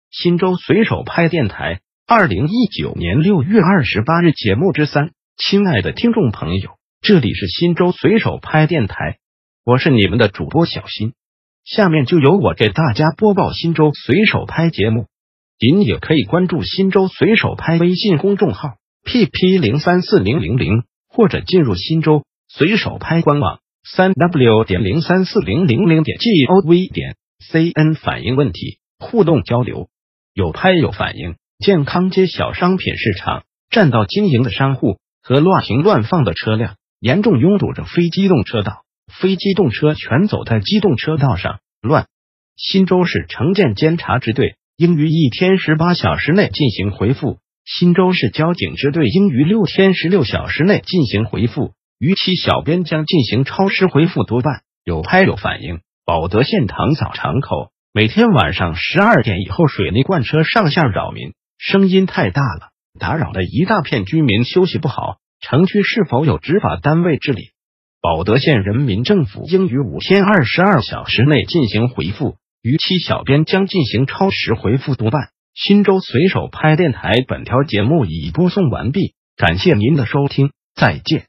新州随手拍电台2019年6月28日节目之3。亲爱的听众朋友，这里是新州随手拍电台，我是你们的主播小新。下面就由我给大家播报新州随手拍节目。您也可以关注新州随手拍微信公众号 pp034000，或者进入新州随手拍官网 3w.034000.gov.cn 反映问题，互动交流。有拍有反映，健康街小商品市场，占道经营的商户和乱停乱放的车辆严重拥堵着非机动车道，非机动车全走在机动车道上，乱。新州市城建监察支队应于1天18小时内进行回复，新州市交警支队应于6天16小时内进行回复，逾期小编将进行超时回复督办。有拍有反映，保德县塘枣场口每天晚上12点以后水泥罐车上下扰民，声音太大了，打扰了一大片居民休息不好，城区是否有执法单位治理？保德县人民政府应于5天22小时内进行回复，逾期小编将进行超时回复督办。新州随手拍电台本条节目已播送完毕，感谢您的收听，再见。